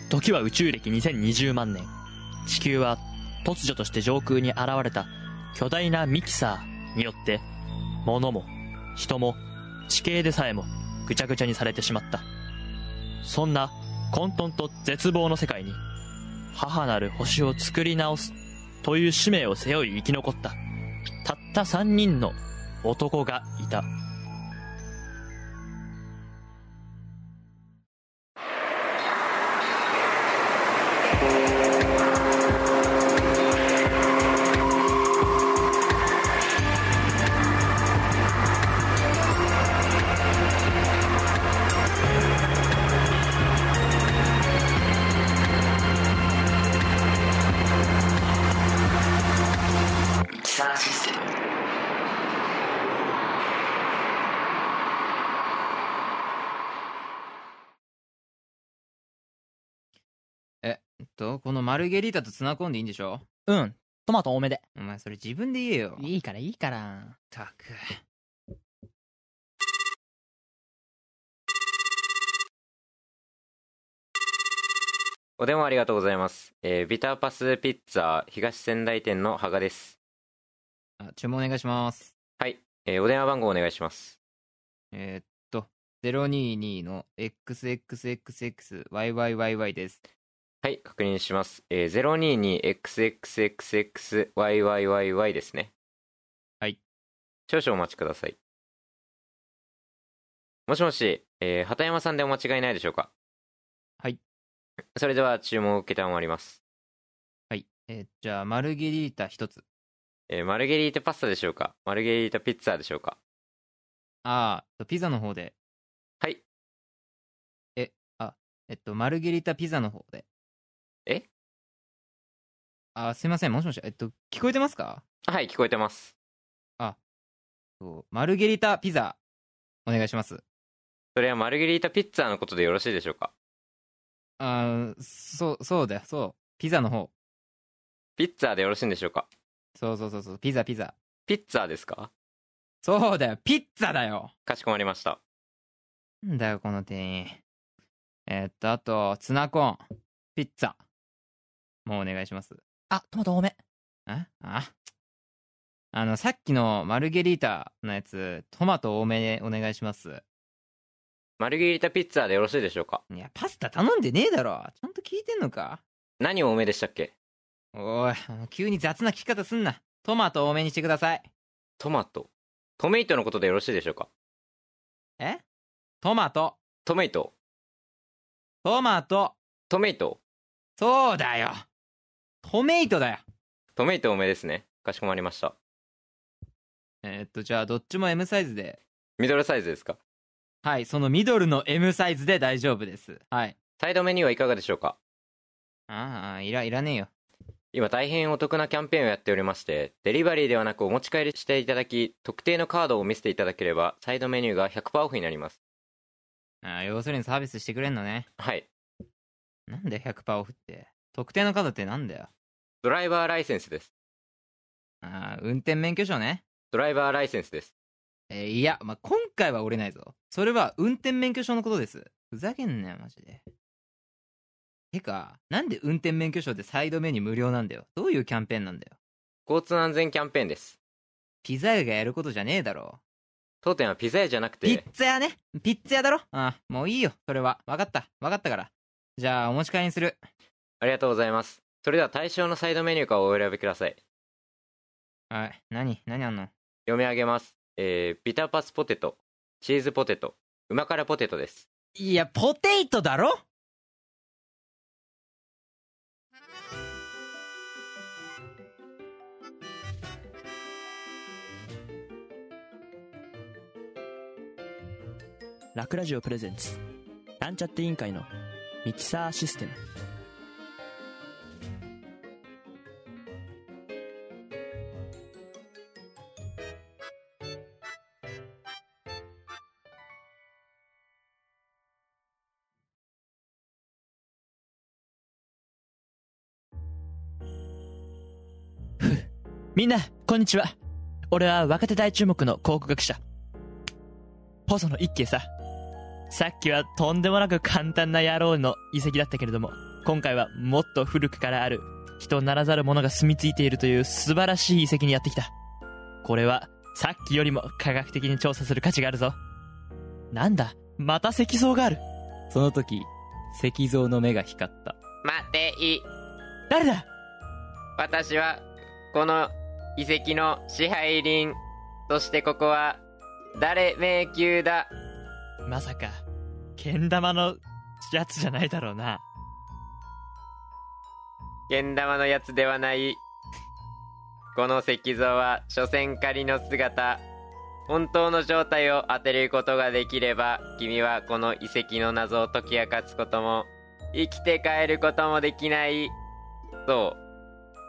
時は宇宙歴2020万年。地球は突如として上空に現れた巨大なミキサーによって物も人も地形でさえもぐちゃぐちゃにされてしまった。そんな混沌と絶望の世界に母なる星を作り直すという使命を背負い生き残ったたった3人の男がいた。 このマルゲリータとツナコンでいいんでしょ？ うん、トマト多めで。 お前それ自分で言えよ。 いいからいいから。 たく。 お電話ありがとうございます。ビターパスピッツァ東仙台店の羽賀です。 注文お願いします。 はい、お電話番号お願いします。 022の XXXXYYYY です。 はい、確認します。022XXXXYYYY ですね。 はい。 少々お待ちください。もしもし、畑山さんでお間違いないでしょうか？ はい。 それでは注文を受けたまります。 はい。じゃあ、マルゲリータ一つ。 マルゲリータパスタでしょうか？マルゲリータピッツァでしょうか？ ピザの方で。 はい。 マルゲリータピザの方で。すいません、もしもし、聞こえてますか？ はい、聞こえてます。 マルゲリータピザ、お願いします。 それはマルゲリータピッツァのことでよろしいでしょうか？ そうだよ、そう。ピザの方。 ピッツァでよろしいんでしょうか？ そう、ピザ。 ピッツァですか？ そうだよ、ピッツァだよ。 かしこまりました。 なんだよ、この店員。あと、ツナコーン、ピッツァ。もうお願いします。 トマト多め。 さっきのマルゲリータのやつ、トマト多めお願いします。 マルゲリータピッツァでよろしいでしょうか？ いや、パスタ頼んでねえだろ。ちゃんと聞いてんのか？ 何多めでしたっけ？ おい、急に雑な聞き方すんな。トマト多めにしてください。 トメイトのことでよろしいでしょうか？ トマト。 トメイト。 そうだよ。トメイトだよ。 トメイト多めですね。かしこまりました。 じゃあどっちも M サイズで。 ミドルサイズですか？ はい、そのミドルの M サイズで大丈夫です。はい。 サイドメニューはいかがでしょうか？ いらねえよ。 今大変お得なキャンペーンをやっておりまして、デリバリーではなくお持ち帰りしていただき、特定のカードを見せていただければサイドメニューが 100% オフになります。 要するにサービスしてくれんのね。 はい。 なんで 100% オフって。特定のカードってなんだよ。 ドライバーライセンスです。 運転免許証ね。 ドライバーライセンスです。 いや、今回は折れないぞ。それは運転免許証のことです。ふざけんなよ、マジで。てか、なんで運転免許証でサイドメニュー無料なんだよ。どういうキャンペーンなんだよ。 交通安全キャンペーンです。 ピザ屋がやることじゃねえだろ。 当店はピザ屋じゃなくて。 ピッツァ屋ね。ピッツァ屋だろ。もういいよ、それは。わかったから。じゃあ、お持ち帰りにする。 ありがとうございます。それでは対象のサイドメニューからお選びください。 はい、何あんの？ 読み上げます。ビターパスポテト、チーズポテト、うま辛ポテトです。 いや、ポテイトだろ？ ラクラジオプレゼンツなんちゃって委員会のミキサーシステム。みんなこんにちは。俺は若手大注目の考古学者細野一慶さ。さっきはとんでもなく簡単な野郎の遺跡だったけれども、 今回はもっと古くからある人ならざる者が住み着いているという素晴らしい遺跡にやってきた。これはさっきよりも科学的に調査する価値があるぞ。なんだ、また石像がある。 その時、石像の目が光った。 待てい。 誰だ。 私はこの遺跡の支配人。そしてここは誰迷宮だ。 まさかけん玉のやつじゃないだろうな。 けん玉のやつではない。この石像は所詮仮の姿。本当の正体を当てることができれば、君はこの遺跡の謎を解き明かすことも生きて帰ることもできない。そう、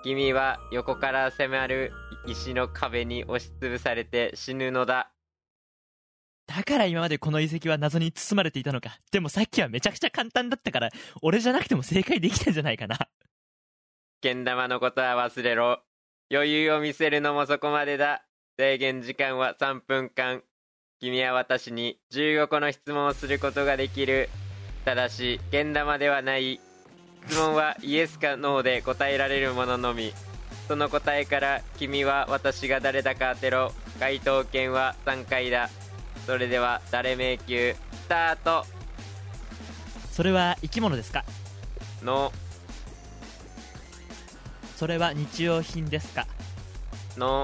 君は横から迫る石の壁に押しつぶされて死ぬのだ。 だから今までこの遺跡は謎に包まれていたのか。でもさっきはめちゃくちゃ簡単だったから、俺じゃなくても正解できたんじゃないかな。 けん玉のことは忘れろ。余裕を見せるのもそこまでだ。制限時間は3分間。君は私に15個の質問をすることができる。ただしけん玉ではない。質問はイエスかノーで答えられるもののみ。その答えから君は私が誰だか当てろ。回答権は3回だ。それでは誰迷宮スタート。 それは生き物ですか。 のそれは日用品ですか。 の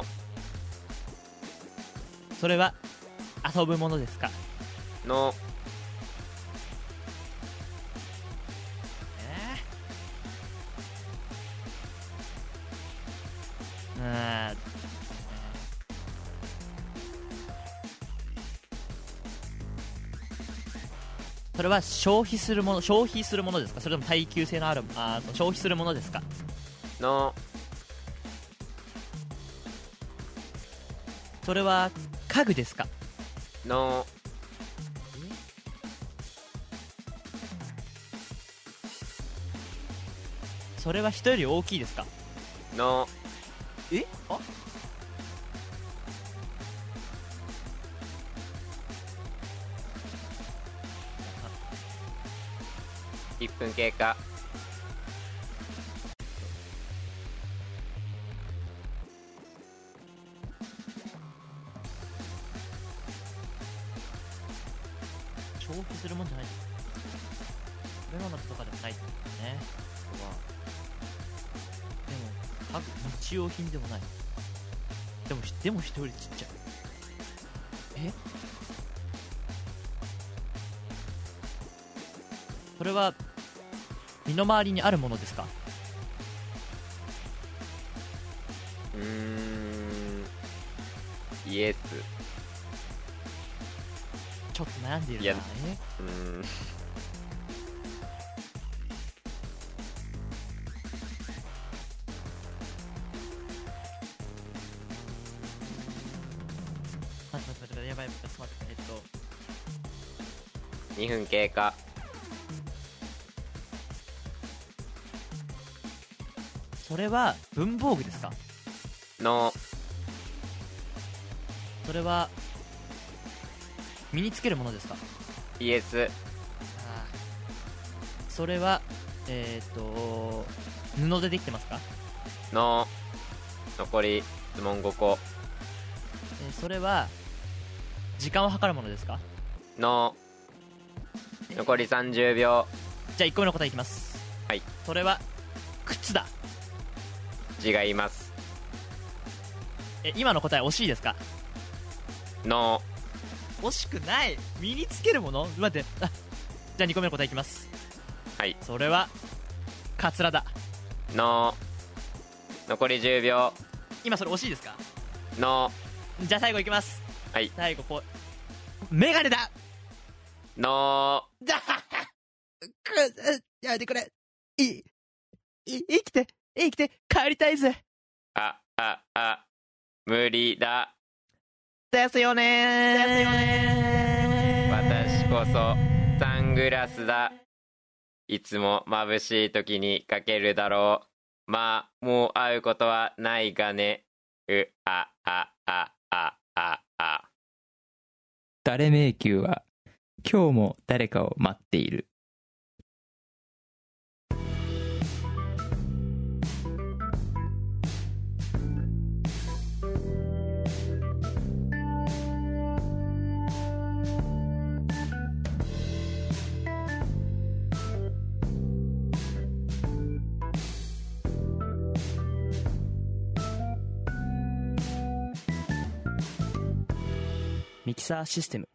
それは遊ぶものですか。 のそれは消費するものですか。それとも耐久性のある消費するものですか。 のそれは家具ですか。 のそれは人より大きいですか。 のあ、 1分経過。 消費するもんじゃない。食べ物とかでもないですね。ここはでも日用品でもない。でも人よりちっちゃい。それは身の回りにあるものですか。 イエス。 ちょっと悩んでいるな。 いや待ってやばい、ちょっと待って 2分経過。 それは文房具ですか。 のそれは身につけるものですか。 イエス。 それは布でできてますか。 の残り質問5個。 それは時間を計るものですか。 の残り30秒。 じゃあ1個目の答えいきます。 はい。 それは靴だ。 違います。 今の答え惜しいですか。 の惜しくない。身につけるもの。待って、じゃあ2個目の答えいきます。 はい。 それはカツラだ。 の残り10秒。 今それ惜しいですか。 のじゃあ最後いきます。 はい。 最後メガネだ。 のやめてくれ。生きて帰りたいぜ。 無理だ。 ですよね私こそサングラスだ。いつも眩しい時にかけるだろう。まあもう会うことはないがね。 誰迷宮は今日も誰かを待っている。 ミキサーシステム。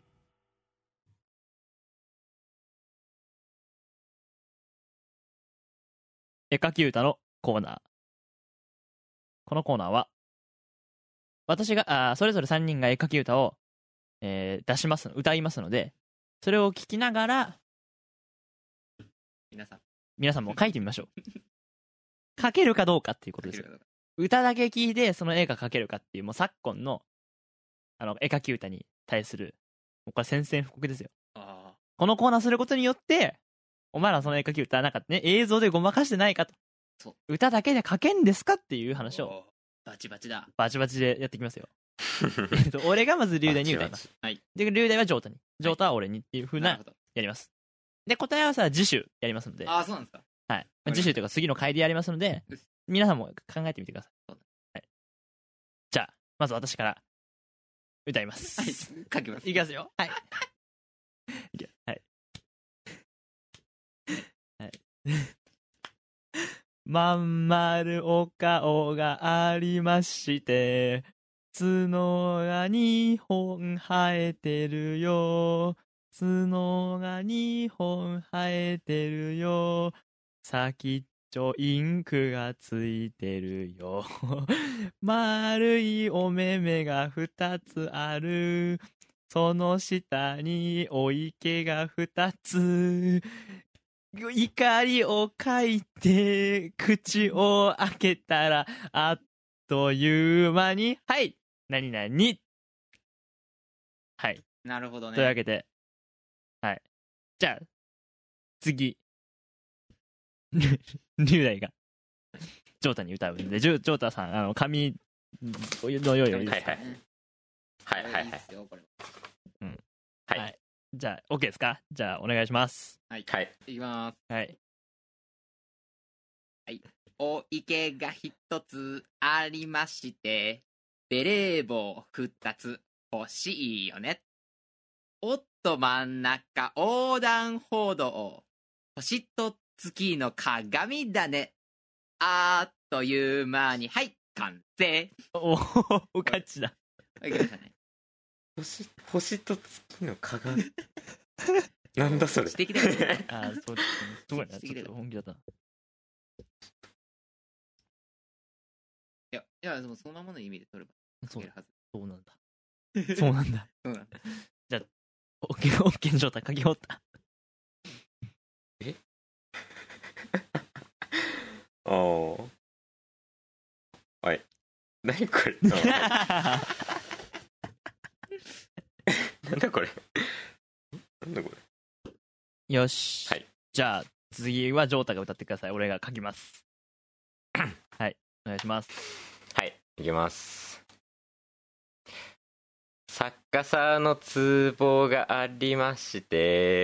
絵描き歌のコーナー。このコーナーは、私が、それぞれ3人が絵描き歌を、歌いますので、それを聞きながら、皆さんも描いてみましょう。描けるかどうかっていうことですよ。歌だけ聞いて、その絵が描けるかっていう、もう昨今の、絵描き歌に対する、もうこれ宣戦布告ですよ。このコーナーすることによって、お前らその絵描き歌、なんかね、映像でごまかしてないかと。歌だけで描けんですかっていう話を、 バチバチだ。 バチバチでやっていきますよ。俺がまず龍大に歌います。で、龍大はジョータに。ジョータは俺にっていう風な、やります。で、答え合わせは次週やりますので。 そうなんですか。 はい。次週というか次の回でやりますので、皆さんも考えてみてください。はい。じゃあ、まず私から歌います。 はい。書きます。 いきますよ。はい。はい。はい。まん丸お顔がありまして、角が2本生えてるよ。角が2本生えてるよ。先っちょインクがついてるよ。丸いお目目が2つある。その下にお池が2つ。怒りをかいて口を開けたらあっという間に、はい、何々、はい、 なるほどね。 というわけで、はい、じゃあ次龍大がジョータに歌うんで、ジョータさん、紙の用意をいいですか。 はいはいはい。 うん、 はい、 はい、じゃあ OK ですか。じゃあお願いします。 はい、 はい、 いきます。 はい。 はい。お池が一つありまして、ベレー帽二つ欲しいよね。おっと真ん中横断歩道、星と月の鏡だね。あっという間に、はい、完成。 お勝ちだ。 いきましたね。 星と月の鏡なんだそれ。 素敵だよね。 そうですね。すごいな。ちょっと本気だったな。 いや、でもそのままの意味で取れば書けるはず。 そうなんだ。そうなんだ。 そうなんだ。 じゃあ、オッケー状態書き終わった。 えおー。はい。何これなんだこれなんだこれ。 よし。 はい。 じゃあ、次はジョータが歌ってください。俺が書きます。はい。お願いします。 はい。いきます。逆さの壺がありまして、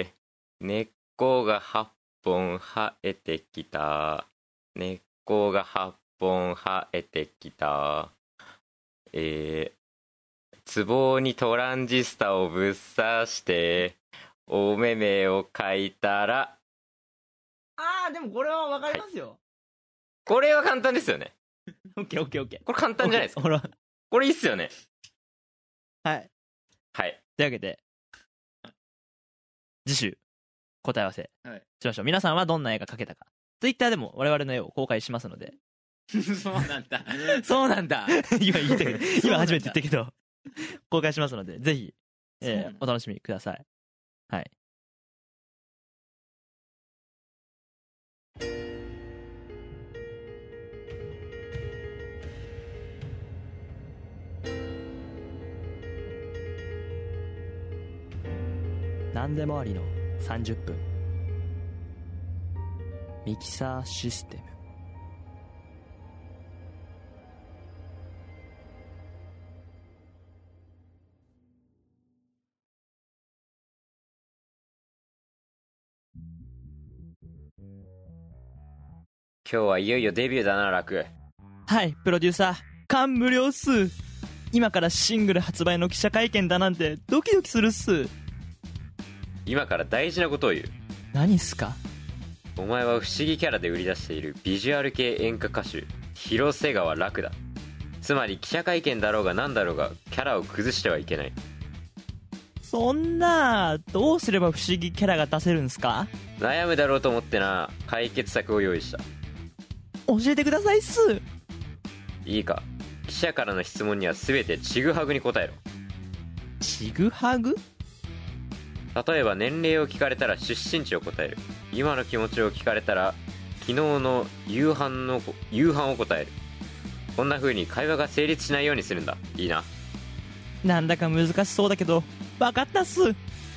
根っこが8本生えてきた。根っこが8本生えてきた。壺にトランジスタをぶっ刺してお目目を描いたら、 でもこれはわかりますよ。 これは簡単ですよね。 オッケー。 これ簡単じゃないですか。 ほら。 これいいっすよね。 はいはい。 というわけで、次週答え合わせしましょう。皆さんはどんな絵が描けたか、ツイッターでも我々の絵を公開しますので。 そうなんだ。そうなんだ。 今言ったけど、今初めて言ったけど、公開しますので、ぜひ、お楽しみください。はい。何でもありの30分。ミキサーシステム。 今日はいよいよデビューだな、楽。 はい、プロデューサー、感無量っす。今からシングル発売の記者会見だなんてドキドキするっす。 今から大事なことを言う。 何っすか？ お前は不思議キャラで売り出しているビジュアル系演歌歌手広瀬川楽だ。つまり記者会見だろうが何だろうがキャラを崩してはいけない。 そんな、どうすれば不思議キャラが出せるんすか？ 悩むだろうと思ってな、解決策を用意した。 教えてくださいっす。 いいか、記者からの質問には全てちぐはぐに答えろ。 ちぐはぐ？ 例えば年齢を聞かれたら出身地を答える。今の気持ちを聞かれたら昨日の夕飯を答える。こんな風に会話が成立しないようにするんだ。いいな。 なんだか難しそうだけど、分かったっす。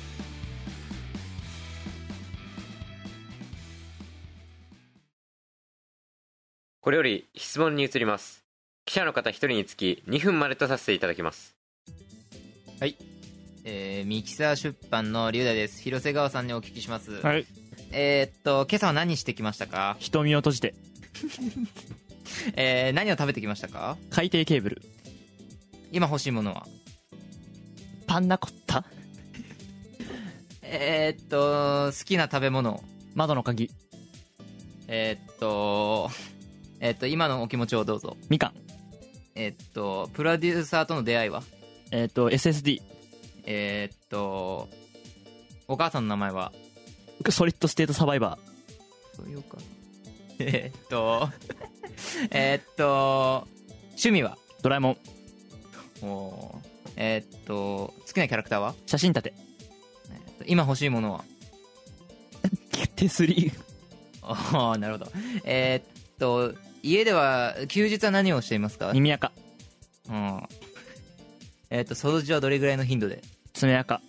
これより質問に移ります。記者の方1人につき2分までとさせていただきます。 はい、ミキサー出版の龍大です。広瀬川さんにお聞きします。 はい。 今朝は何してきましたか？ 瞳を閉じて。 何を食べてきましたか？ 海底ケーブル。 今欲しいものは？ パンナコッタ。 好きな食べ物？ 窓の鍵。 今のお気持ちをどうぞ。 みかん。 プロデューサーとの出会いは？ SSD。 お母さんの名前は？ ソリッドステートサバイバー。 そういうお母さん。趣味は？ ドラえもん。 好きなキャラクターは？ 写真立て。 今欲しいものは？ 手すり。 ああ、なるほど。家では休日は何をしていますか？ 耳垢。 うん。掃除はどれぐらいの頻度で？ 爪垢。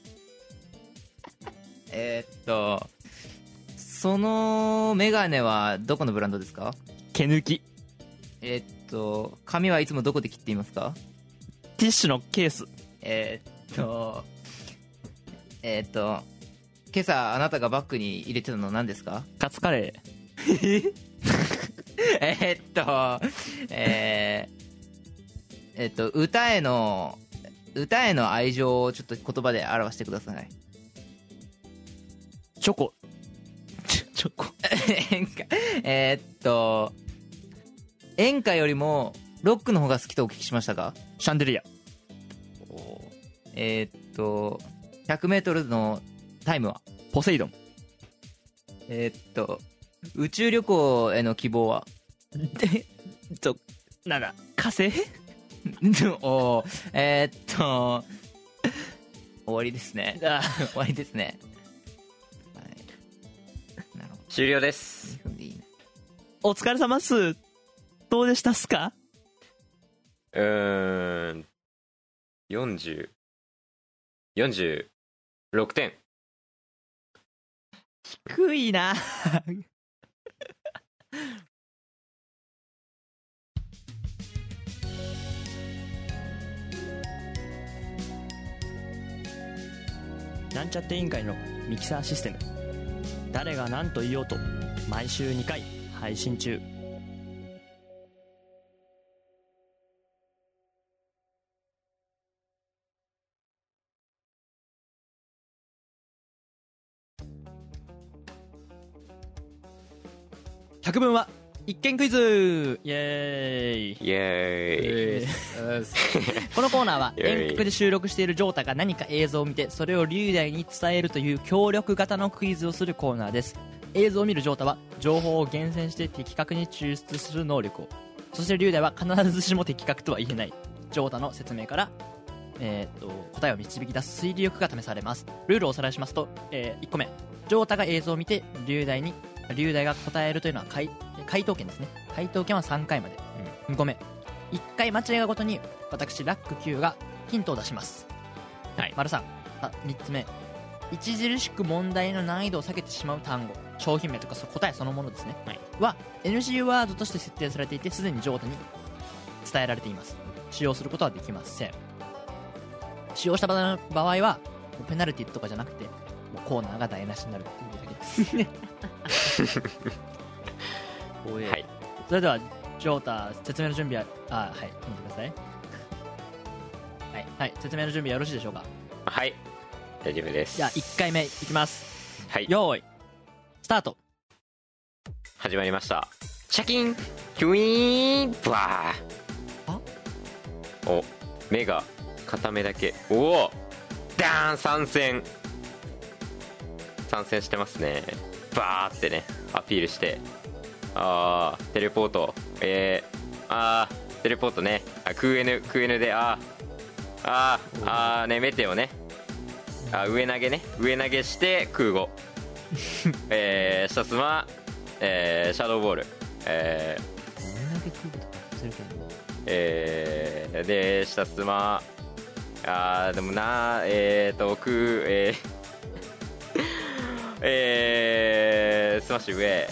そのメガネはどこのブランドですか？ 毛抜き。 髪はいつもどこで切っていますか？ ティッシュのケース。 今朝あなたがバッグに入れてたのは何ですか？ カツカレ歌への愛情をちょっと言葉で表してください。 チョコ。チョコ。 演歌よりもロックの方が好きとお聞きしましたが？ シャンデリア。 100m のタイムは？ ポセイドン。 宇宙旅行への希望は？ なんだ、火星？ 終わりですね。終わりですね。はい、なるほど。 終了です。 2分でいいね。 お疲れ様っす。どうでしたっすか ？46点。 低いな。なんちゃって委員会のミキサーシステム。誰が何と言おうと毎週2回配信中。百聞は一見クイズ。イエーイ。 イエーイ。 このコーナーはイエーイ遠隔で収録しているジョータが何か映像を見てそれを龍大に伝えるという協力型のクイズをするコーナーです。映像を見るジョータは情報を厳選して的確に抽出する能力を、そして龍大は必ずしも的確とは言えないジョータの説明から、答えを導き出す推理力が試されます。ルールをおさらいしますと、1個目、ジョータが映像を見て龍大が答えるというのは回答権ですね。回答権は3回まで。2個目、1回間違いごとに私ラック Q がヒントを出します。 はい。 丸3、3つ目、著しく問題の難易度を下げてしまう単語、商品名とか答えそのものですね、は NG ワードとして設定されていてすでにジョータに伝えられています。使用することはできません。使用した場合はペナルティとかじゃなくてもうコーナーが台無しになるっていうだけですはい。 それではジョータ説明の準備ははい、見てください。はい、説明の準備はよろしいでしょうか？ はい、大丈夫です。 じゃあ1回目いきます。 はい、 用意スタート。 始まりました。シャキンキュイーンブワー。お、目が片目だけ。おお、 ダーン参戦してますね。バーってねアピールして、テレポート、テレポートね、空 N でね、メテオね、上投げして空母下スマ、シャドーボール、 上投げ空母とかするけどね、 で下スマ、でもなスマッシュ上、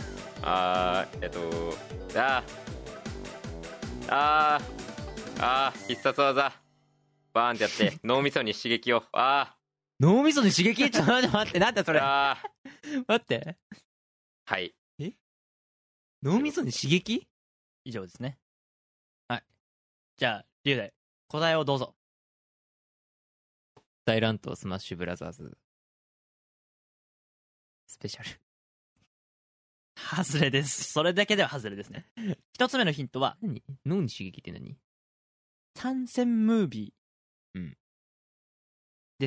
必殺技バーンってやって脳みそに刺激を、 脳みそに刺激ちょっと待って、なんだそれ。待って、 はい、 脳みそに刺激。 以上ですね。はい。じゃあ龍大、答えをどうぞ。 大乱闘スマッシュブラザーズスペシャル。 外れです。それだけでは外れですね。一つ目のヒントは、 脳に刺激って何？ 参戦ムービーです。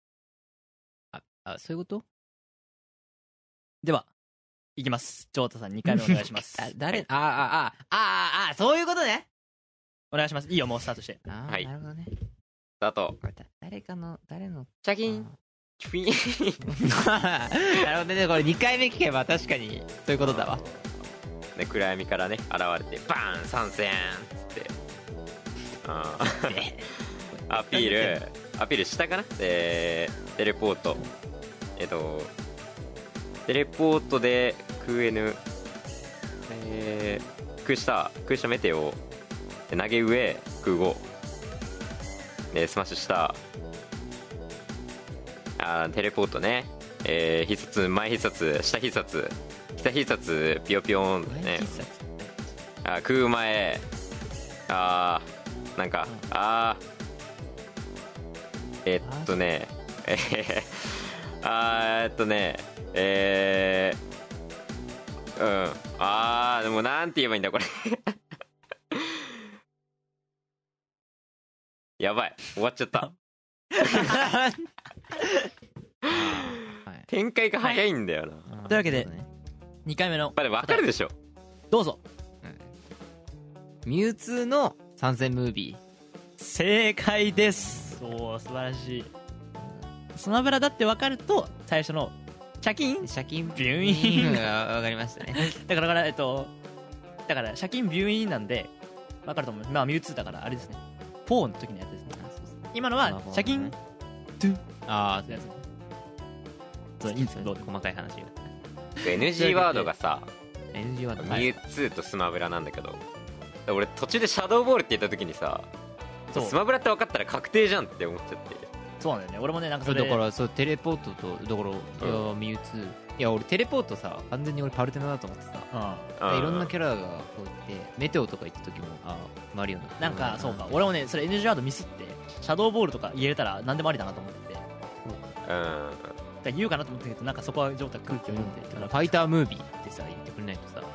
そういうこと？ では、いきます。ジョータさん2回目お願いします。 誰？そういうことね。 お願いします。いいよ、もうスタートして。 はい、 なるほどね。 スタート。 誰のチャキンキュピンなるほどね。これ2回目聞けば確かにそういうことだわね。暗闇からね現れてバーン参戦っつってアピールしたかな。でテレポート、テレポートで空 N、空下メテオ、投げ上空5でスマッシュしたテレポートね、必殺前必殺下必殺北必殺ピヨピヨンね、空前なんかでもなんて言えばいいんだこれやばい、終わっちゃった展開が早いんだよな、 というわけで2回目の分かるでしょ。 どうぞ。 ミュウツーの参戦ムービー。 正解です。おー、素晴らしい。スマブラだって分かると最初のシャキンビューンが分かりましたね。 だからシャキンビューインなんで分かると思う。まあミュウツーだからあれですね、4の時のやつですね。今のはシャキントゥそうやつ。そういいんですよ、どうでも細かい話が。 NG ワードがさ NG ワードミュウツーとスマブラなんだけど、俺途中でシャドーボールって言った時にさ、 そうスマブラって分かったら確定じゃんって思っちゃって。 そうなんだよね、俺もね、なんかそれだからそうテレポートとだからミュウツー、いや俺テレポートさ完全に俺パルテナだと思ってさ、いろんなキャラがこうやってメテオとか行った時もマリオのなんかそうか、俺もねそれ NG ワードミスってシャドーボールとか言えたら何でもありだなと思ってて、だから言うかなと思ったけど、なんかそこはジョータ空気を読んでファイタームービーってさ言ってくれないとさ、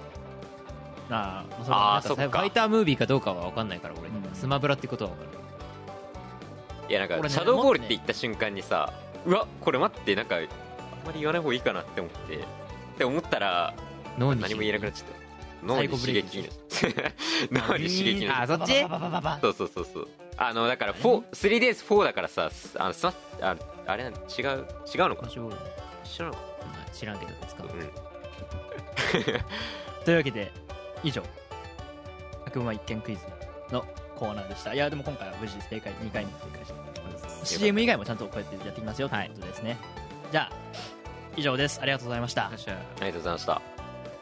そっか。 ファイタームービーかどうかは分かんないから俺、スマブラってことは分かる。 いやなんか俺ねシャドーボールって言った瞬間にさ、うわこれ待って、なんかあんまり言わない方がいいかなって思ったら脳に何も言えなくなっちゃった。脳に刺激に脳に刺激にそっちそうだから 3days4 だからさ、あれ違うのかな、一緒なのか知らんけど使う、 というわけで以上悪魔一見クイズのコーナーでした。いやでも今回は無事正解2回に正解して CM 以外もちゃんとこうやってやっていきますよということですね。じゃあ以上です。ありがとうございました。 ありがとうございました。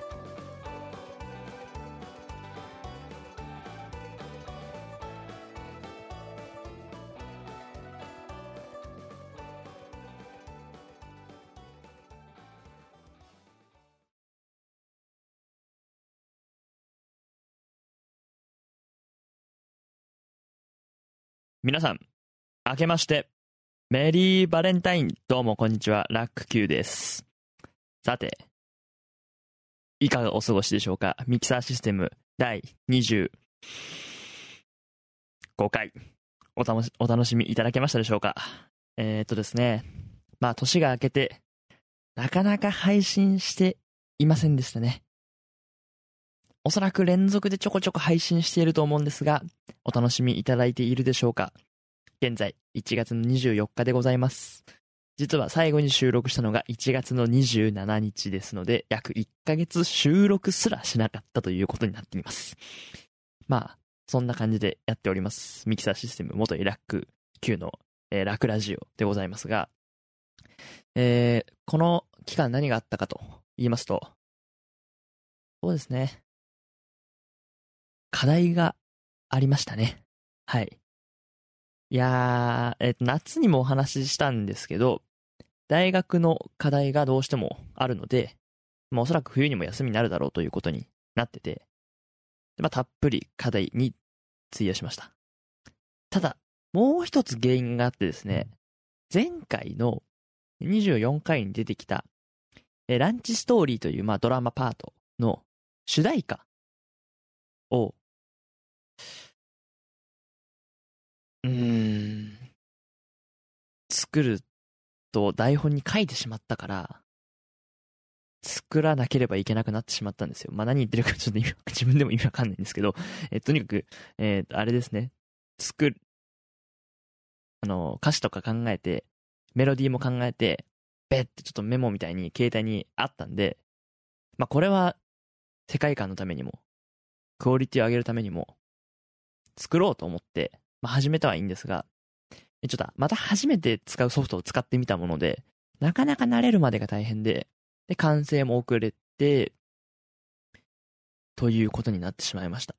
皆さん明けましてメリーバレンタイン。どうもこんにちは、ラック Q です。さていかがお過ごしでしょうか。ミキサーシステム第25回お楽しみいただけましたでしょうか。 ですね、まあ年が明けてなかなか配信していませんでしたね。おそらく連続でちょこちょこ配信していると思うんですが、お楽しみいただいているでしょうか。現在1月の24日でございます。実は最後に収録したのが1月の27日ですので、約1ヶ月収録すらしなかったということになっています。まあそんな感じでやっております。ミキサーシステム元ラックQの、ラクラジオでございますが、この期間何があったかと言いますと、そうですね、課題がありましたね。はい。いやー、夏にもお話ししたんですけど、大学の課題がどうしてもあるので、まあ、おそらく冬にも休みになるだろうということになってて、まあ、たっぷり課題に費やしました。ただ、もう一つ原因があってですね、前回の24回に出てきた、ランチストーリーという、まあ、ドラマパートの主題歌を、作ると台本に書いてしまったから、作らなければいけなくなってしまったんですよ。まあ何言ってるかちょっと自分でも意味わかんないんですけど、とにかく、あれですね、歌詞とか考えて、メロディーも考えて、ベッてちょっとメモみたいに携帯にあったんで、まあこれは世界観のためにも、クオリティを上げるためにも、作ろうと思って、まあ始めたはいいんですが、ちょっとまた初めて使うソフトを使ってみたもので、なかなか慣れるまでが大変で、完成も遅れて、ということになってしまいました。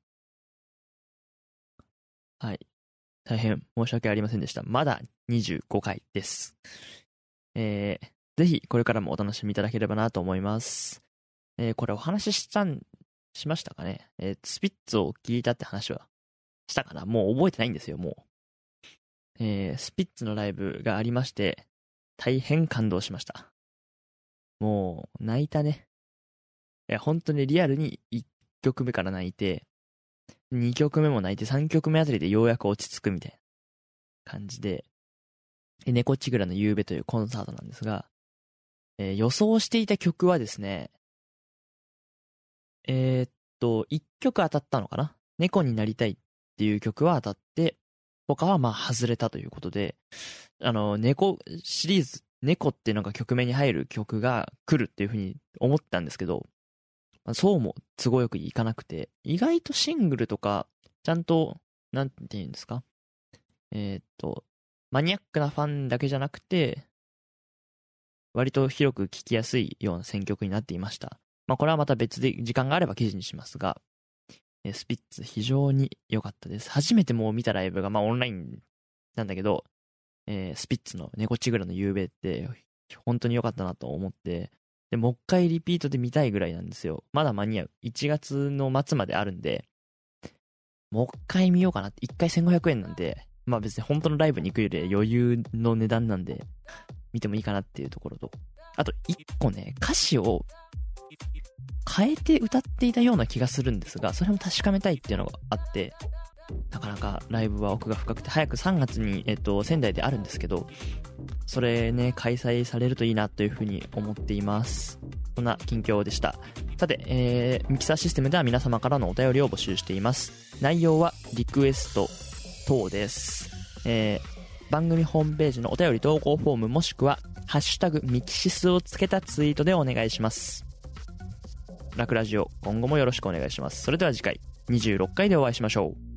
はい。大変申し訳ありませんでした。まだ25回です。ぜひこれからもお楽しみいただければなと思います。これお話しましたかね。スピッツを聞いたって話はしたかな。もう覚えてないんですよ、もう。スピッツのライブがありまして、大変感動しました。もう、泣いたね。いや、本当にリアルに1曲目から泣いて、2曲目も泣いて、3曲目あたりでようやく落ち着くみたいな感じで、猫ちぐらの夕べというコンサートなんですが、予想していた曲はですね、1曲当たったのかな。猫になりたいっていう曲は当たって、他はまあ外れたということで、猫シリーズ、猫っていうのが曲名に入る曲が来るっていう風に思ったんですけど、そうも都合よくいかなくて、意外とシングルとか、ちゃんと、なんて言うんですか、マニアックなファンだけじゃなくて、割と広く聴きやすいような選曲になっていました。まあこれはまた別で時間があれば記事にしますが、スピッツ非常に良かったです。初めてもう見たライブが、まあオンラインなんだけど、スピッツの猫ちぐらの夕べって本当に良かったなと思って、でもう一回リピートで見たいぐらいなんですよ。まだ間に合う。1月の末まであるんで、もう一回見ようかなって。1回1500円なんで、まあ別に本当のライブに行くより余裕の値段なんで、見てもいいかなっていうところと、あと1個ね、歌詞を変えて歌っていたような気がするんですが、それも確かめたいっていうのがあって、なかなかライブは奥が深くて、早く3月に、仙台であるんですけど、それね、開催されるといいなというふうに思っています。そんな近況でした。さて、ミキサーシステムでは皆様からのお便りを募集しています。内容はリクエスト等です。番組ホームページのお便り投稿フォームもしくはハッシュタグミキシスをつけたツイートでお願いします。ラクラジオ、今後もよろしくお願いします。それでは次回26回でお会いしましょう。